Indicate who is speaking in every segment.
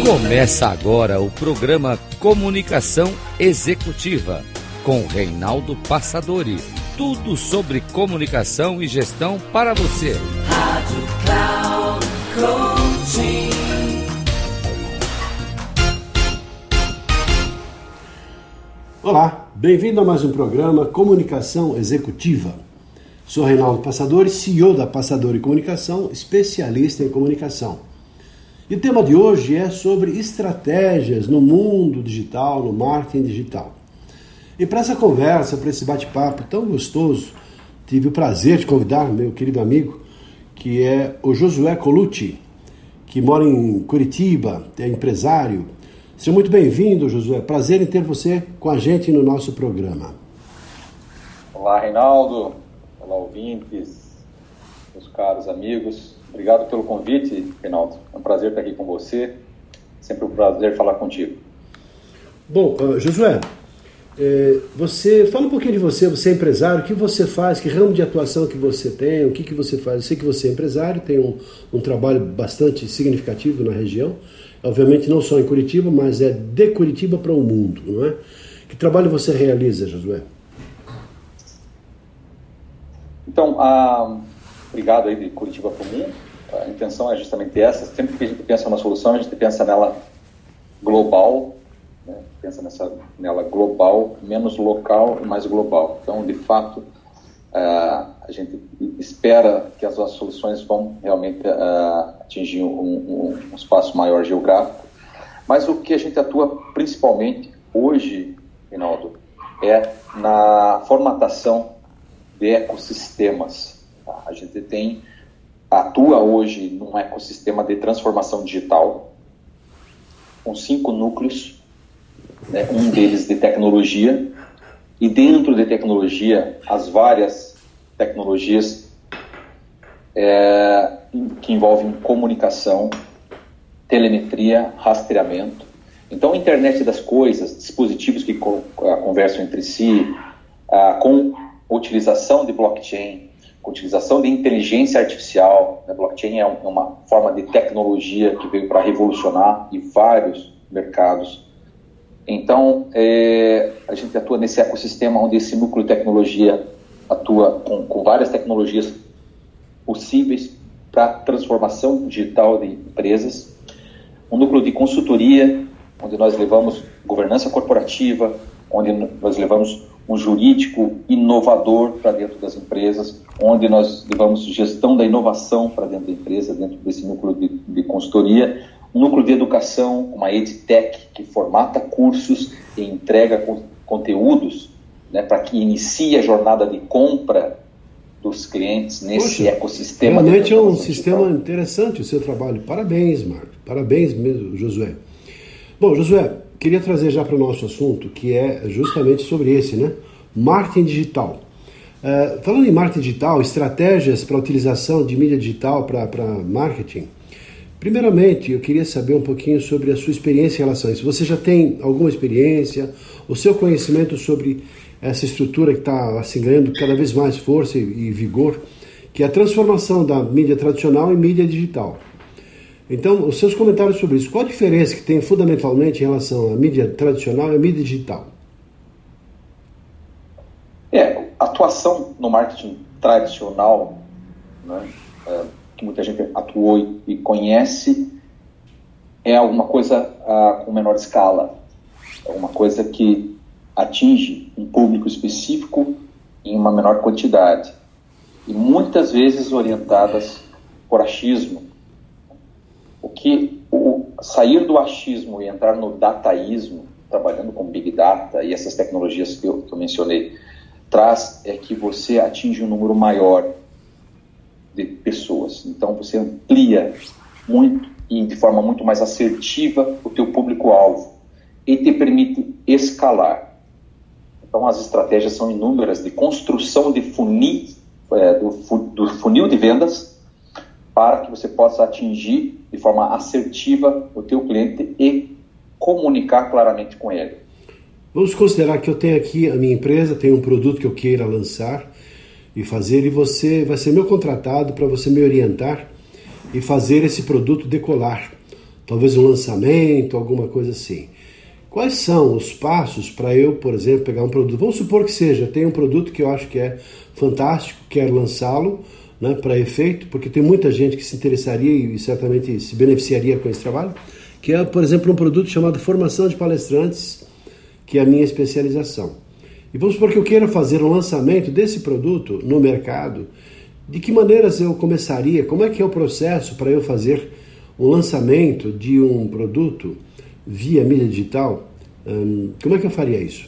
Speaker 1: Começa agora o programa Comunicação Executiva, com Reinaldo Passadori. Tudo sobre comunicação e gestão para você. Rádio Cloud Coaching.
Speaker 2: Olá, bem-vindo a mais um programa Comunicação Executiva. Sou Reinaldo Passadori, CEO da Passadori Comunicação, especialista em comunicação. E o tema de hoje é sobre estratégias no mundo digital, no marketing digital. E para essa conversa, para esse bate-papo tão gostoso, tive o prazer de convidar meu querido amigo, que é o Josué Colucci, que mora em Curitiba, é empresário. Seja muito bem-vindo, Josué. Prazer em ter você com a gente no nosso programa.
Speaker 3: Olá, Reinaldo. Olá, ouvintes, meus caros amigos. Obrigado pelo convite, Reinaldo. É um prazer estar aqui com você. Sempre um prazer falar contigo.
Speaker 2: Bom, Josué, você fala um pouquinho de você. Você é empresário, o que você faz, que ramo de atuação que você tem, o que você faz? Eu sei que você é empresário, tem um trabalho bastante significativo na região, obviamente não só em Curitiba, mas é de Curitiba para o mundo, não é? Que trabalho você realiza, Josué?
Speaker 3: Então, obrigado aí de Curitiba para o mundo. A intenção é justamente essa. Sempre que a gente pensa numa solução, a gente pensa nela global, né? Pensa nela global, menos local e mais global. Então, de fato, a gente espera que as nossas soluções vão realmente atingir um espaço maior geográfico. Mas o que a gente atua principalmente hoje, Reinaldo, é na formatação de ecossistemas. A gente atua hoje num ecossistema de transformação digital com 5 núcleos, né, um deles de tecnologia, e dentro de tecnologia, as várias tecnologias que envolvem comunicação, telemetria, rastreamento. Então, a internet das coisas, dispositivos que conversam entre si, com utilização de blockchain, com utilização de inteligência artificial. A blockchain é uma forma de tecnologia que veio para revolucionar em vários mercados. Então, a gente atua nesse ecossistema onde esse núcleo de tecnologia atua com várias tecnologias possíveis para transformação digital de empresas. Um núcleo de consultoria, onde nós levamos governança corporativa, onde nós levamos um jurídico inovador para dentro das empresas, onde nós levamos gestão da inovação para dentro da empresa, dentro desse núcleo de consultoria, um núcleo de educação, uma EdTech que formata cursos e entrega conteúdos, né, para que inicie a jornada de compra dos clientes nesse ecossistema.
Speaker 2: Realmente é um sistema interessante o seu trabalho. Parabéns, Marco. Parabéns mesmo, Josué. Bom, Josué, queria trazer já para o nosso assunto, que é justamente sobre esse, né? Marketing digital. Falando em marketing digital, estratégias para a utilização de mídia digital para marketing, primeiramente eu queria saber um pouquinho sobre a sua experiência em relação a isso. Você já tem alguma experiência, o seu conhecimento sobre essa estrutura que está assim, ganhando cada vez mais força e vigor, que é a transformação da mídia tradicional em mídia digital. Então, os seus comentários sobre isso. Qual a diferença que tem fundamentalmente em relação à mídia tradicional e à mídia digital?
Speaker 3: A atuação no marketing tradicional, né, que muita gente atuou e conhece, é alguma coisa com menor escala. É uma coisa que atinge um público específico em uma menor quantidade. E muitas vezes orientadas por achismo. Sair do achismo e entrar no dataísmo, trabalhando com Big Data e essas tecnologias que eu mencionei, traz é que você atinge um número maior de pessoas. Então, você amplia muito e de forma muito mais assertiva o teu público-alvo e te permite escalar. Então, as estratégias são inúmeras de construção de funil, do funil de vendas, para que você possa atingir de forma assertiva o teu cliente e comunicar claramente com ele.
Speaker 2: Vamos considerar que eu tenho aqui a minha empresa, tenho um produto que eu queira lançar e fazer, e você vai ser meu contratado para você me orientar e fazer esse produto decolar. talvez um lançamento, alguma coisa assim. Quais são os passos para eu, por exemplo, pegar um produto? Vamos supor que seja, tem um produto que eu acho que é fantástico, quero lançá-lo, né, para efeito, porque tem muita gente que se interessaria e certamente se beneficiaria com esse trabalho, que é, por exemplo, um produto chamado Formação de Palestrantes, que é a minha especialização. E vamos supor que eu queira fazer um lançamento desse produto no mercado. De que maneiras eu começaria? Como é que é o processo para eu fazer um lançamento de um produto via mídia digital? Como é que eu faria isso?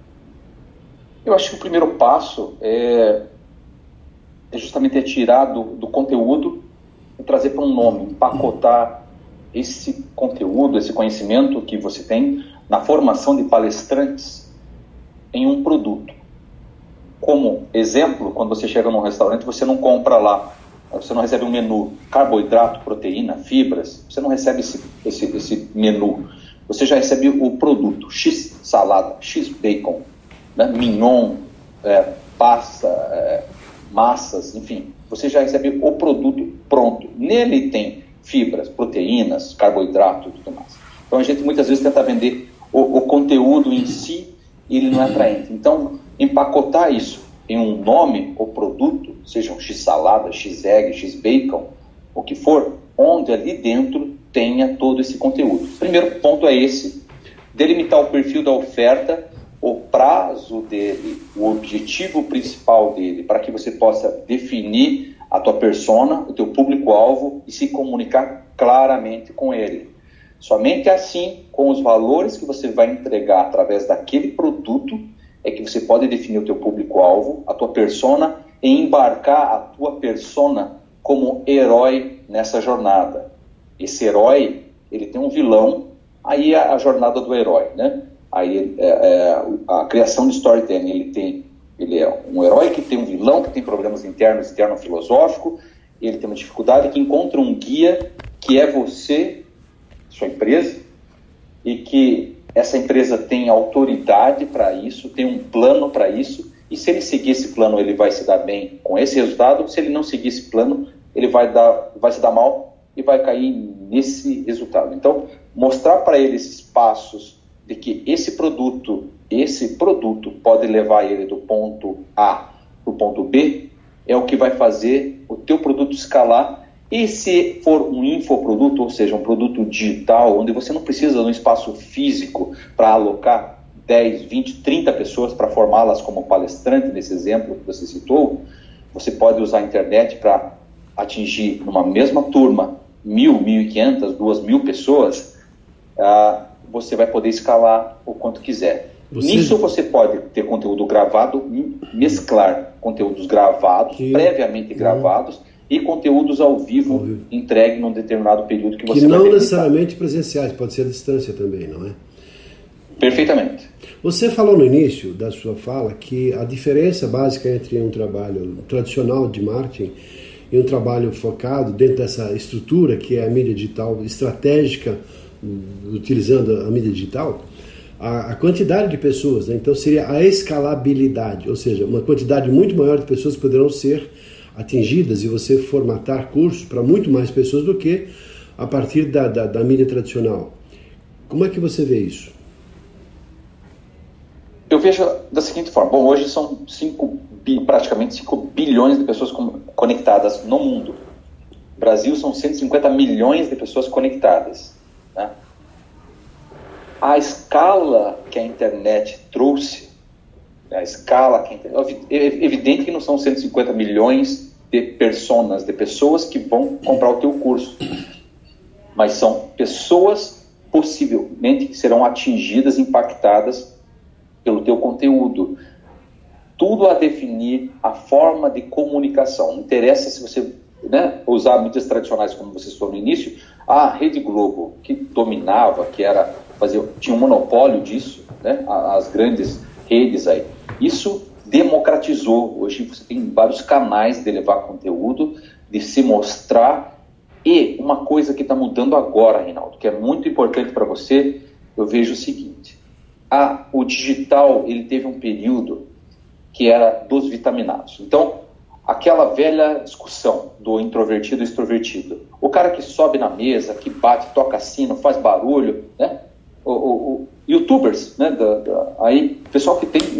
Speaker 3: Eu acho que o primeiro passo é justamente tirar do conteúdo e trazer para um nome, empacotar esse conteúdo, esse conhecimento que você tem na formação de palestrantes em um produto. Como exemplo, quando você chega num restaurante, você não compra lá, você não recebe um menu carboidrato, proteína, fibras, você não recebe esse menu. Você já recebe o produto, X salada, X bacon, né, mignon, pasta, massas, enfim. Você já recebe o produto pronto. Nele tem fibras, proteínas, carboidrato e tudo mais. Então a gente muitas vezes tenta vender o conteúdo em si e ele não é atraente. Então, empacotar isso em um nome ou produto, seja um X-salada, X-egg, X-bacon, o que for, onde ali dentro tenha todo esse conteúdo. O primeiro ponto é esse, delimitar o perfil da oferta, o prazo dele, o objetivo principal dele, para que você possa definir a tua persona, o teu público-alvo e se comunicar claramente com ele. Somente assim, com os valores que você vai entregar através daquele produto, é que você pode definir o teu público-alvo, a tua persona, e embarcar a tua persona como herói nessa jornada. Esse herói, ele tem um vilão, aí é a jornada do herói, né? Aí a criação de storytelling, ele é um herói que tem um vilão, que tem problemas internos e externo filosófico, ele tem uma dificuldade, que encontra um guia, que é você, sua empresa, e que essa empresa tem autoridade para isso, tem um plano para isso, e se ele seguir esse plano, ele vai se dar bem com esse resultado. Se ele não seguir esse plano, ele vai se dar mal e vai cair nesse resultado. Então, mostrar para ele esses passos de que esse produto pode levar ele do ponto A para o ponto B, é o que vai fazer o teu produto escalar. E se for um infoproduto, ou seja, um produto digital, onde você não precisa de um espaço físico para alocar 10, 20, 30 pessoas para formá-las como palestrante, nesse exemplo que você citou, você pode usar a internet para atingir numa mesma turma 1.000, 1.500, 2.000 pessoas, você vai poder escalar o quanto quiser. Nisso você pode ter conteúdo gravado, mesclar conteúdos gravados, previamente gravados, e conteúdos ao vivo entregue num determinado período que você vai
Speaker 2: não
Speaker 3: delimitar.
Speaker 2: Necessariamente presenciais, pode ser à distância também, não é?
Speaker 3: Perfeitamente.
Speaker 2: Você falou no início da sua fala que a diferença básica entre um trabalho tradicional de marketing e um trabalho focado dentro dessa estrutura que é a mídia digital estratégica, utilizando a mídia digital, a quantidade de pessoas, né? Então seria a escalabilidade, ou seja, uma quantidade muito maior de pessoas poderão ser atingidas e você formatar cursos para muito mais pessoas do que a partir da mídia tradicional. Como é que você vê isso?
Speaker 3: Eu vejo da seguinte forma. Bom, hoje são praticamente 5 bilhões de pessoas conectadas no mundo. No Brasil são 150 milhões de pessoas conectadas, né? A escala que a internet trouxe, é evidente que não são 150 milhões de personas, de pessoas que vão comprar o teu curso, mas são pessoas possivelmente que serão atingidas, impactadas pelo teu conteúdo. Tudo a definir a forma de comunicação. Não interessa se você usar mídias tradicionais, como você falou no início, a Rede Globo, que dominava, tinha um monopólio disso, né? As grandes redes aí. Isso democratizou. Hoje você tem vários canais de levar conteúdo, de se mostrar. E uma coisa que está mudando agora, Reinaldo, que é muito importante para você, eu vejo o seguinte. O digital, ele teve um período que era dos vitaminados. Então, aquela velha discussão do introvertido e extrovertido. O cara que sobe na mesa, que bate, toca sino, faz barulho, né? YouTubers, né? Aí, pessoal que tem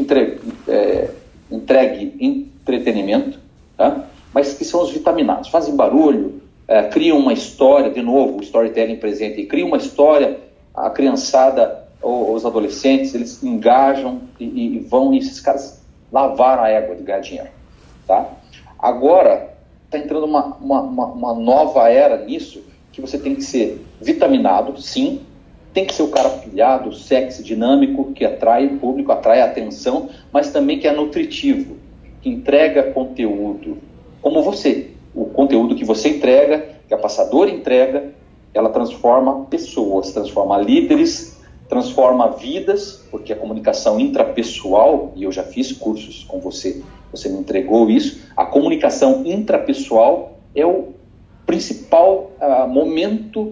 Speaker 3: entregue entretenimento, tá? Mas que são os vitaminados, fazem barulho, criam uma história, de novo, o storytelling presente, cria uma história, a criançada, os adolescentes, eles engajam e vão, e esses caras lavaram a égua de ganhar dinheiro, tá? Agora, está entrando uma nova era nisso, que você tem que ser vitaminado, sim, tem que ser o cara pilhado, sexy, dinâmico, que atrai o público, atrai a atenção, mas também que é nutritivo, que entrega conteúdo, como você. O conteúdo que você entrega, que a passadora entrega, ela transforma pessoas, transforma líderes, transforma vidas, porque a comunicação intrapessoal, e eu já fiz cursos com você, você me entregou isso, a comunicação intrapessoal é o principal momento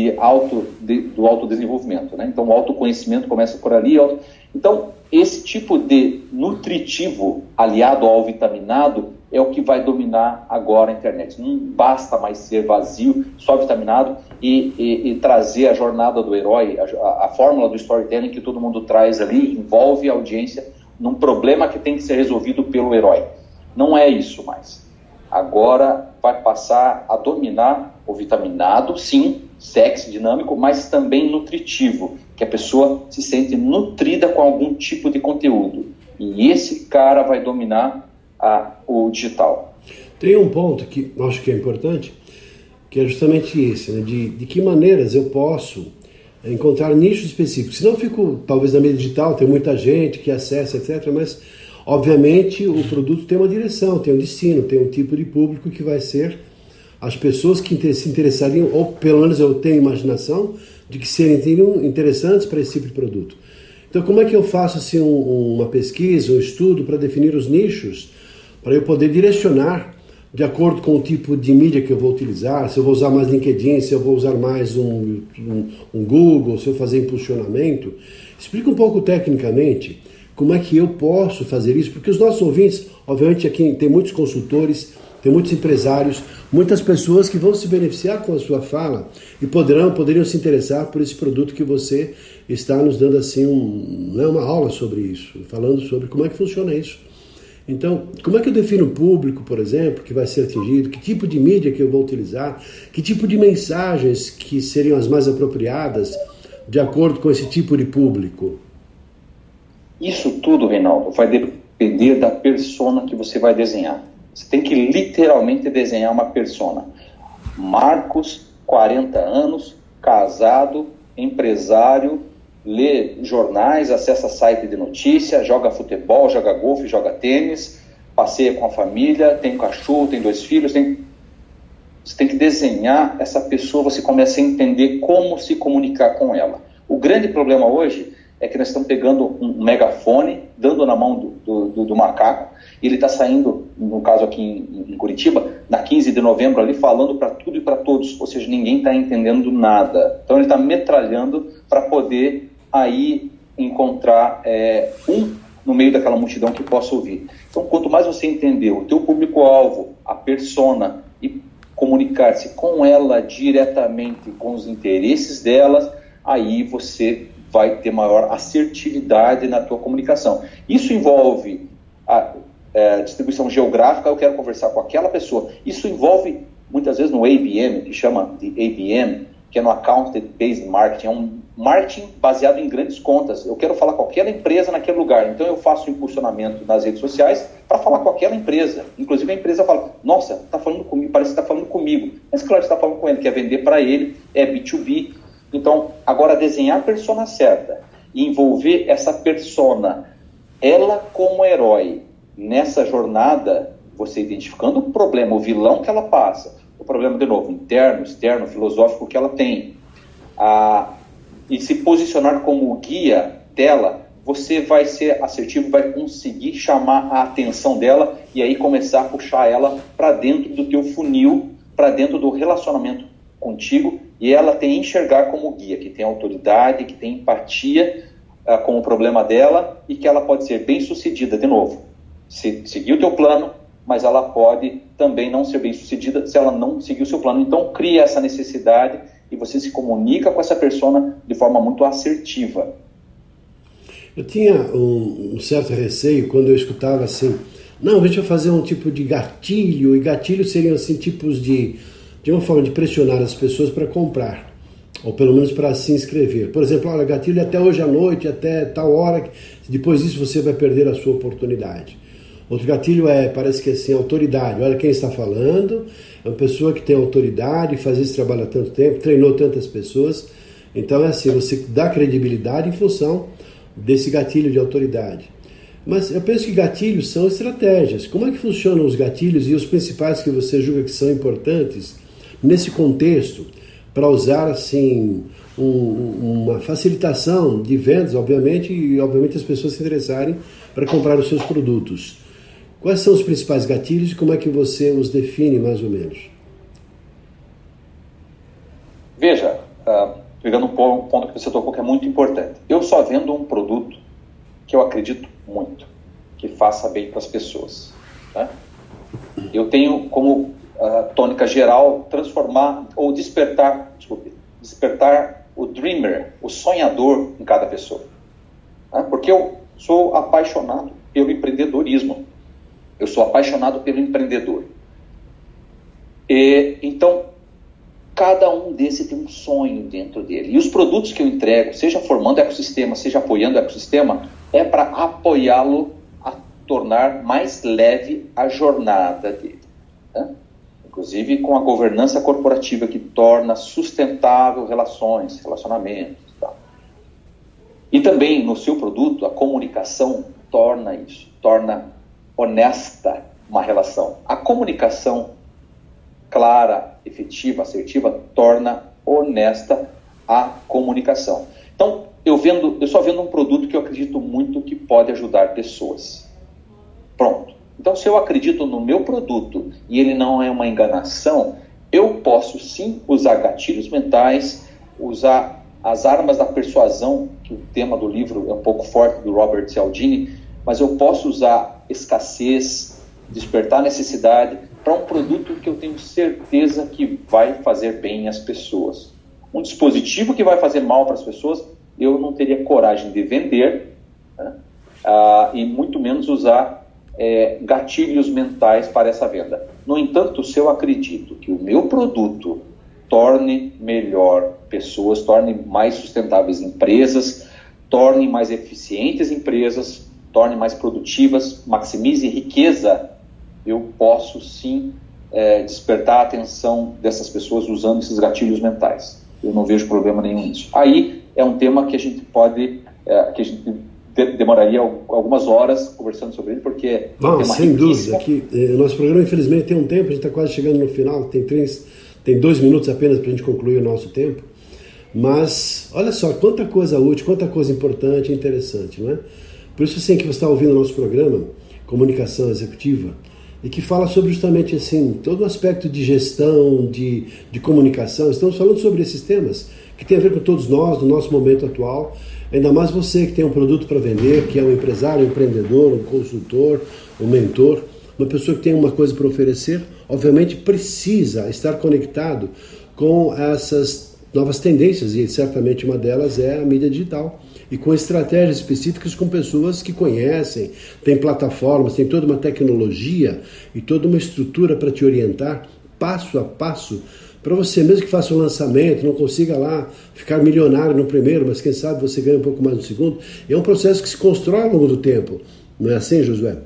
Speaker 3: do autodesenvolvimento, né? Então o autoconhecimento começa por ali. Então esse tipo de nutritivo aliado ao vitaminado é o que vai dominar agora a internet. Não basta mais ser vazio, só vitaminado e trazer a jornada do herói, a fórmula do storytelling que todo mundo traz ali, envolve a audiência num problema que tem que ser resolvido pelo herói. Não é isso mais. Agora vai passar a dominar o vitaminado, sim, sexy, dinâmico, mas também nutritivo, que a pessoa se sente nutrida com algum tipo de conteúdo. E esse cara vai dominar o digital.
Speaker 2: Tem um ponto que eu acho que é importante, que é justamente esse, né? De que maneiras eu posso encontrar nichos específicos. Senão eu fico, talvez na mídia digital, tem muita gente que acessa, etc., mas obviamente o produto tem uma direção, tem um destino, tem um tipo de público que vai ser as pessoas que se interessariam, ou pelo menos eu tenho imaginação, de que seriam interessantes para esse tipo de produto. Então como é que eu faço assim, uma pesquisa, um estudo para definir os nichos, para eu poder direcionar de acordo com o tipo de mídia que eu vou utilizar, se eu vou usar mais LinkedIn, se eu vou usar mais um Google, se eu fazer impulsionamento. Explica um pouco tecnicamente como é que eu posso fazer isso, porque os nossos ouvintes, obviamente aqui tem muitos consultores, tem muitos empresários, muitas pessoas que vão se beneficiar com a sua fala e poderiam se interessar por esse produto que você está nos dando assim uma aula sobre isso, falando sobre como é que funciona isso. Então, como é que eu defino o público, por exemplo, que vai ser atingido, que tipo de mídia que eu vou utilizar, que tipo de mensagens que seriam as mais apropriadas de acordo com esse tipo de público?
Speaker 3: Isso tudo, Reinaldo, vai depender da persona que você vai desenhar. Você tem que literalmente desenhar uma persona. Marcos, 40 anos, casado, empresário, lê jornais, acessa site de notícia, joga futebol, joga golfe, joga tênis, passeia com a família, tem um cachorro, tem 2 filhos, você tem que desenhar essa pessoa, você começa a entender como se comunicar com ela. O grande problema hoje é que nós estamos pegando um megafone, dando na mão do macaco, e ele está saindo, no caso aqui em Curitiba, na 15 de novembro ali, falando para tudo e para todos, ou seja, ninguém está entendendo nada. Então ele está metralhando para poder aí encontrar no meio daquela multidão que possa ouvir. Então quanto mais você entender o teu público-alvo, a persona, e comunicar-se com ela diretamente, com os interesses delas, aí você vai ter maior assertividade na tua comunicação. Isso envolve a distribuição geográfica, eu quero conversar com aquela pessoa. Isso envolve, muitas vezes, no ABM, que chama de ABM, que é no Account Based Marketing, é um marketing baseado em grandes contas. Eu quero falar com aquela empresa naquele lugar, então eu faço um impulsionamento nas redes sociais para falar com aquela empresa. Inclusive a empresa fala, nossa, está falando comigo, parece que está falando comigo. Mas claro, você está falando com ele, quer vender para ele, é B2B. Então, agora desenhar a persona certa e envolver essa persona, ela como herói, nessa jornada, você identificando o problema, o vilão que ela passa, o problema, de novo, interno, externo, filosófico que ela tem, e se posicionar como guia dela, você vai ser assertivo, vai conseguir chamar a atenção dela e aí começar a puxar ela para dentro do teu funil, para dentro do relacionamento contigo, e ela tem que enxergar como guia, que tem autoridade, que tem empatia com o problema dela e que ela pode ser bem sucedida, de novo. Se seguir o teu plano, mas ela pode também não ser bem sucedida se ela não seguir o seu plano. Então, cria essa necessidade e você se comunica com essa pessoa de forma muito assertiva.
Speaker 2: Eu tinha um certo receio quando eu escutava assim, não, deixa eu fazer um tipo de gatilho, e gatilhos seriam assim tipos de uma forma de pressionar as pessoas para comprar, ou pelo menos para se inscrever. Por exemplo, olha, gatilho até hoje à noite, até tal hora, depois disso você vai perder a sua oportunidade. Outro gatilho parece que é assim, autoridade. Olha quem está falando, é uma pessoa que tem autoridade, faz esse trabalho há tanto tempo, treinou tantas pessoas. Então é assim, você dá credibilidade em função desse gatilho de autoridade. Mas eu penso que gatilhos são estratégias. Como é que funcionam os gatilhos e os principais que você julga que são importantes nesse contexto para usar assim uma facilitação de vendas, obviamente, e obviamente as pessoas se interessarem para comprar os seus produtos? Quais são os principais gatilhos e como é que você os define mais ou menos?
Speaker 3: Veja, pegando um ponto que você tocou que é muito importante. Eu só vendo um produto que eu acredito muito, que faça bem para as pessoas. Né? Eu tenho como tônica geral transformar ou despertar o dreamer, o sonhador em cada pessoa. Né? Porque eu sou apaixonado pelo empreendedorismo. Eu sou apaixonado pelo empreendedor. Então, cada um desse tem um sonho dentro dele. E os produtos que eu entrego, seja formando ecossistema, seja apoiando o ecossistema, é para apoiá-lo a tornar mais leve a jornada dele. Né? Inclusive com a governança corporativa que torna sustentável relacionamentos e tal. E também no seu produto, a comunicação torna isso, torna honesta uma relação. A comunicação clara, efetiva, assertiva, torna honesta a comunicação. Então, eu só vendo um produto que eu acredito muito que pode ajudar pessoas. Pronto. Então, se eu acredito no meu produto e ele não é uma enganação, eu posso sim usar gatilhos mentais, usar as armas da persuasão, que o tema do livro é um pouco forte, do Robert Cialdini, mas eu posso usar escassez, despertar necessidade para um produto que eu tenho certeza que vai fazer bem às pessoas. Um dispositivo que vai fazer mal para as pessoas, eu não teria coragem de vender, né? E muito menos usar gatilhos mentais para essa venda. No entanto, se eu acredito que o meu produto torne melhor pessoas, torne mais sustentáveis empresas, torne mais eficientes empresas, torne mais produtivas, maximize riqueza, eu posso sim despertar a atenção dessas pessoas usando esses gatilhos mentais. Eu não vejo problema nenhum nisso. Aí é um tema que a gente pode, que a gente demoraria algumas horas conversando sobre ele, porque
Speaker 2: sem dúvida. Aqui, nosso programa, infelizmente, tem um tempo, a gente está quase chegando no final, tem 2 minutos apenas para a gente concluir o nosso tempo. Mas, olha só, quanta coisa útil, quanta coisa importante e interessante, não é? Por isso, assim, que você está ouvindo o nosso programa, Comunicação Executiva, e que fala sobre justamente, assim, todo o aspecto de gestão, de comunicação. Estamos falando sobre esses temas que tem a ver com todos nós, no nosso momento atual. Ainda mais você que tem um produto para vender, que é um empresário, um empreendedor, um consultor, um mentor, uma pessoa que tem uma coisa para oferecer, obviamente precisa estar conectado com essas novas tendências, e certamente uma delas é a mídia digital, e com estratégias específicas com pessoas que conhecem, tem plataformas, tem toda uma tecnologia e toda uma estrutura para te orientar passo a passo, para você mesmo que faça um lançamento, não consiga lá ficar milionário no primeiro, mas quem sabe você ganha um pouco mais no segundo. É um processo que se constrói ao longo do tempo. Não é assim, Josué?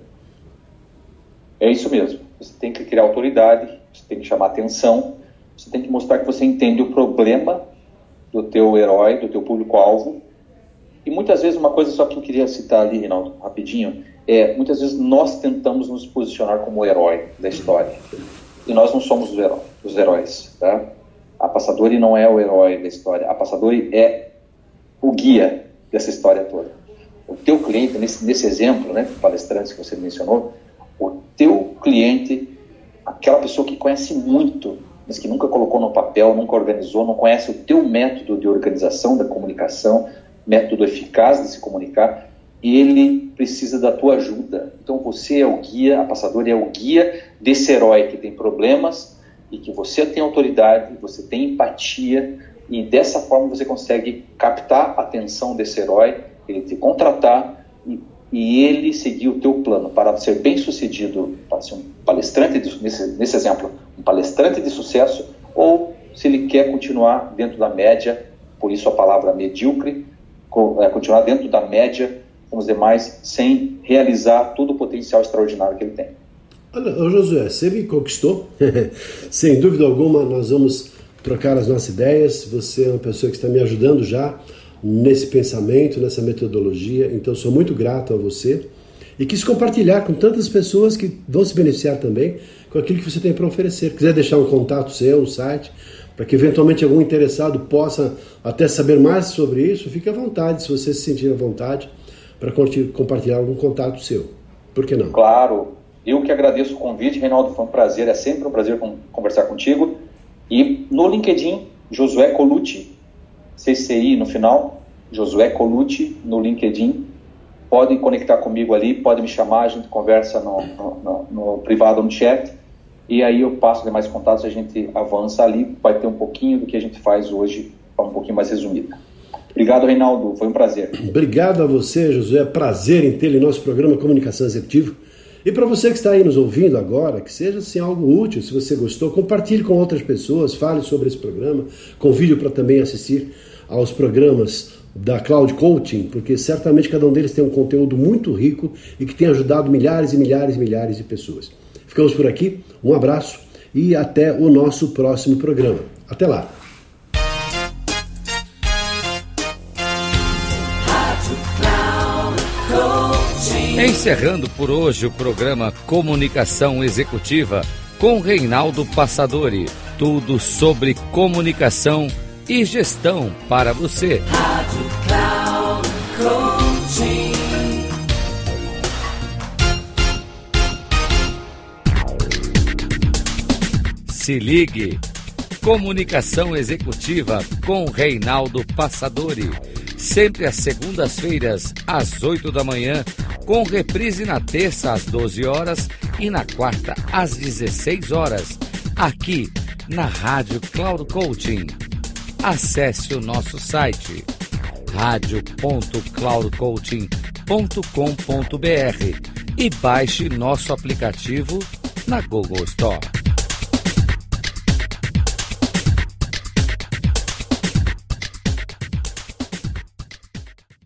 Speaker 3: É isso mesmo. Você tem que criar autoridade, você tem que chamar atenção, você tem que mostrar que você entende o problema do teu herói, do teu público-alvo. E muitas vezes, uma coisa só que eu queria citar ali, Reinaldo, rapidinho, muitas vezes nós tentamos nos posicionar como o herói da história. E nós não somos os heróis, tá? A Passadori não é o herói da história. A Passadori é o guia dessa história toda. O teu cliente, nesse exemplo, né, palestrantes que você mencionou, o teu cliente, aquela pessoa que conhece muito, mas que nunca colocou no papel, nunca organizou, não conhece o teu método de organização da comunicação, método eficaz de se comunicar, ele precisa da tua ajuda. Então você é o guia, a Passadori é o guia desse herói que tem problemas e que você tem autoridade, você tem empatia, e dessa forma você consegue captar a atenção desse herói, ele te contratar e ele seguir o teu plano para ser bem sucedido, para ser um palestrante, nesse exemplo, um palestrante de sucesso, ou se ele quer continuar dentro da média, por isso a palavra medíocre, continuar dentro da média com os demais, sem realizar todo o potencial extraordinário que ele tem.
Speaker 2: Olha, Josué, você me conquistou. Sem dúvida alguma, nós vamos trocar as nossas ideias. Você é uma pessoa que está me ajudando já nesse pensamento, nessa metodologia. Então, sou muito grato a você e quis compartilhar com tantas pessoas que vão se beneficiar também com aquilo que você tem para oferecer. Quiser deixar um contato seu, um site, para que eventualmente algum interessado possa até saber mais sobre isso, fique à vontade, se você se sentir à vontade, para compartilhar algum contato seu. Por que não?
Speaker 3: Claro, eu que agradeço o convite, Reinaldo, foi um prazer, é sempre um prazer conversar contigo. E no LinkedIn, Josué Colucci, CCI no final, Josué Colucci no LinkedIn, podem conectar comigo ali, podem me chamar, a gente conversa no privado, no chat, e aí eu passo demais contatos, a gente avança ali, vai ter um pouquinho do que a gente faz hoje, um pouquinho mais resumida. Obrigado, Reinaldo, foi um prazer.
Speaker 2: Obrigado a você, Josué, prazer em tê-lo em nosso programa Comunicação Executiva. E para você que está aí nos ouvindo agora, que seja assim, algo útil, se você gostou, compartilhe com outras pessoas, fale sobre esse programa, convide para também assistir aos programas da Cloud Coaching, porque certamente cada um deles tem um conteúdo muito rico e que tem ajudado milhares e milhares e milhares de pessoas. Ficamos por aqui, um abraço e até o nosso próximo programa. Até lá!
Speaker 1: Encerrando por hoje o programa Comunicação Executiva com Reinaldo Passadori. Tudo sobre comunicação e gestão para você. Rádio Cloud Coaching. Se ligue. Comunicação Executiva com Reinaldo Passadori. Sempre às segundas-feiras, às 8 da manhã, com reprise na terça às 12 horas e na quarta às 16 horas, aqui na Rádio Cloud Coaching. Acesse o nosso site radio.cloudcoaching.com.br e baixe nosso aplicativo na Google Store.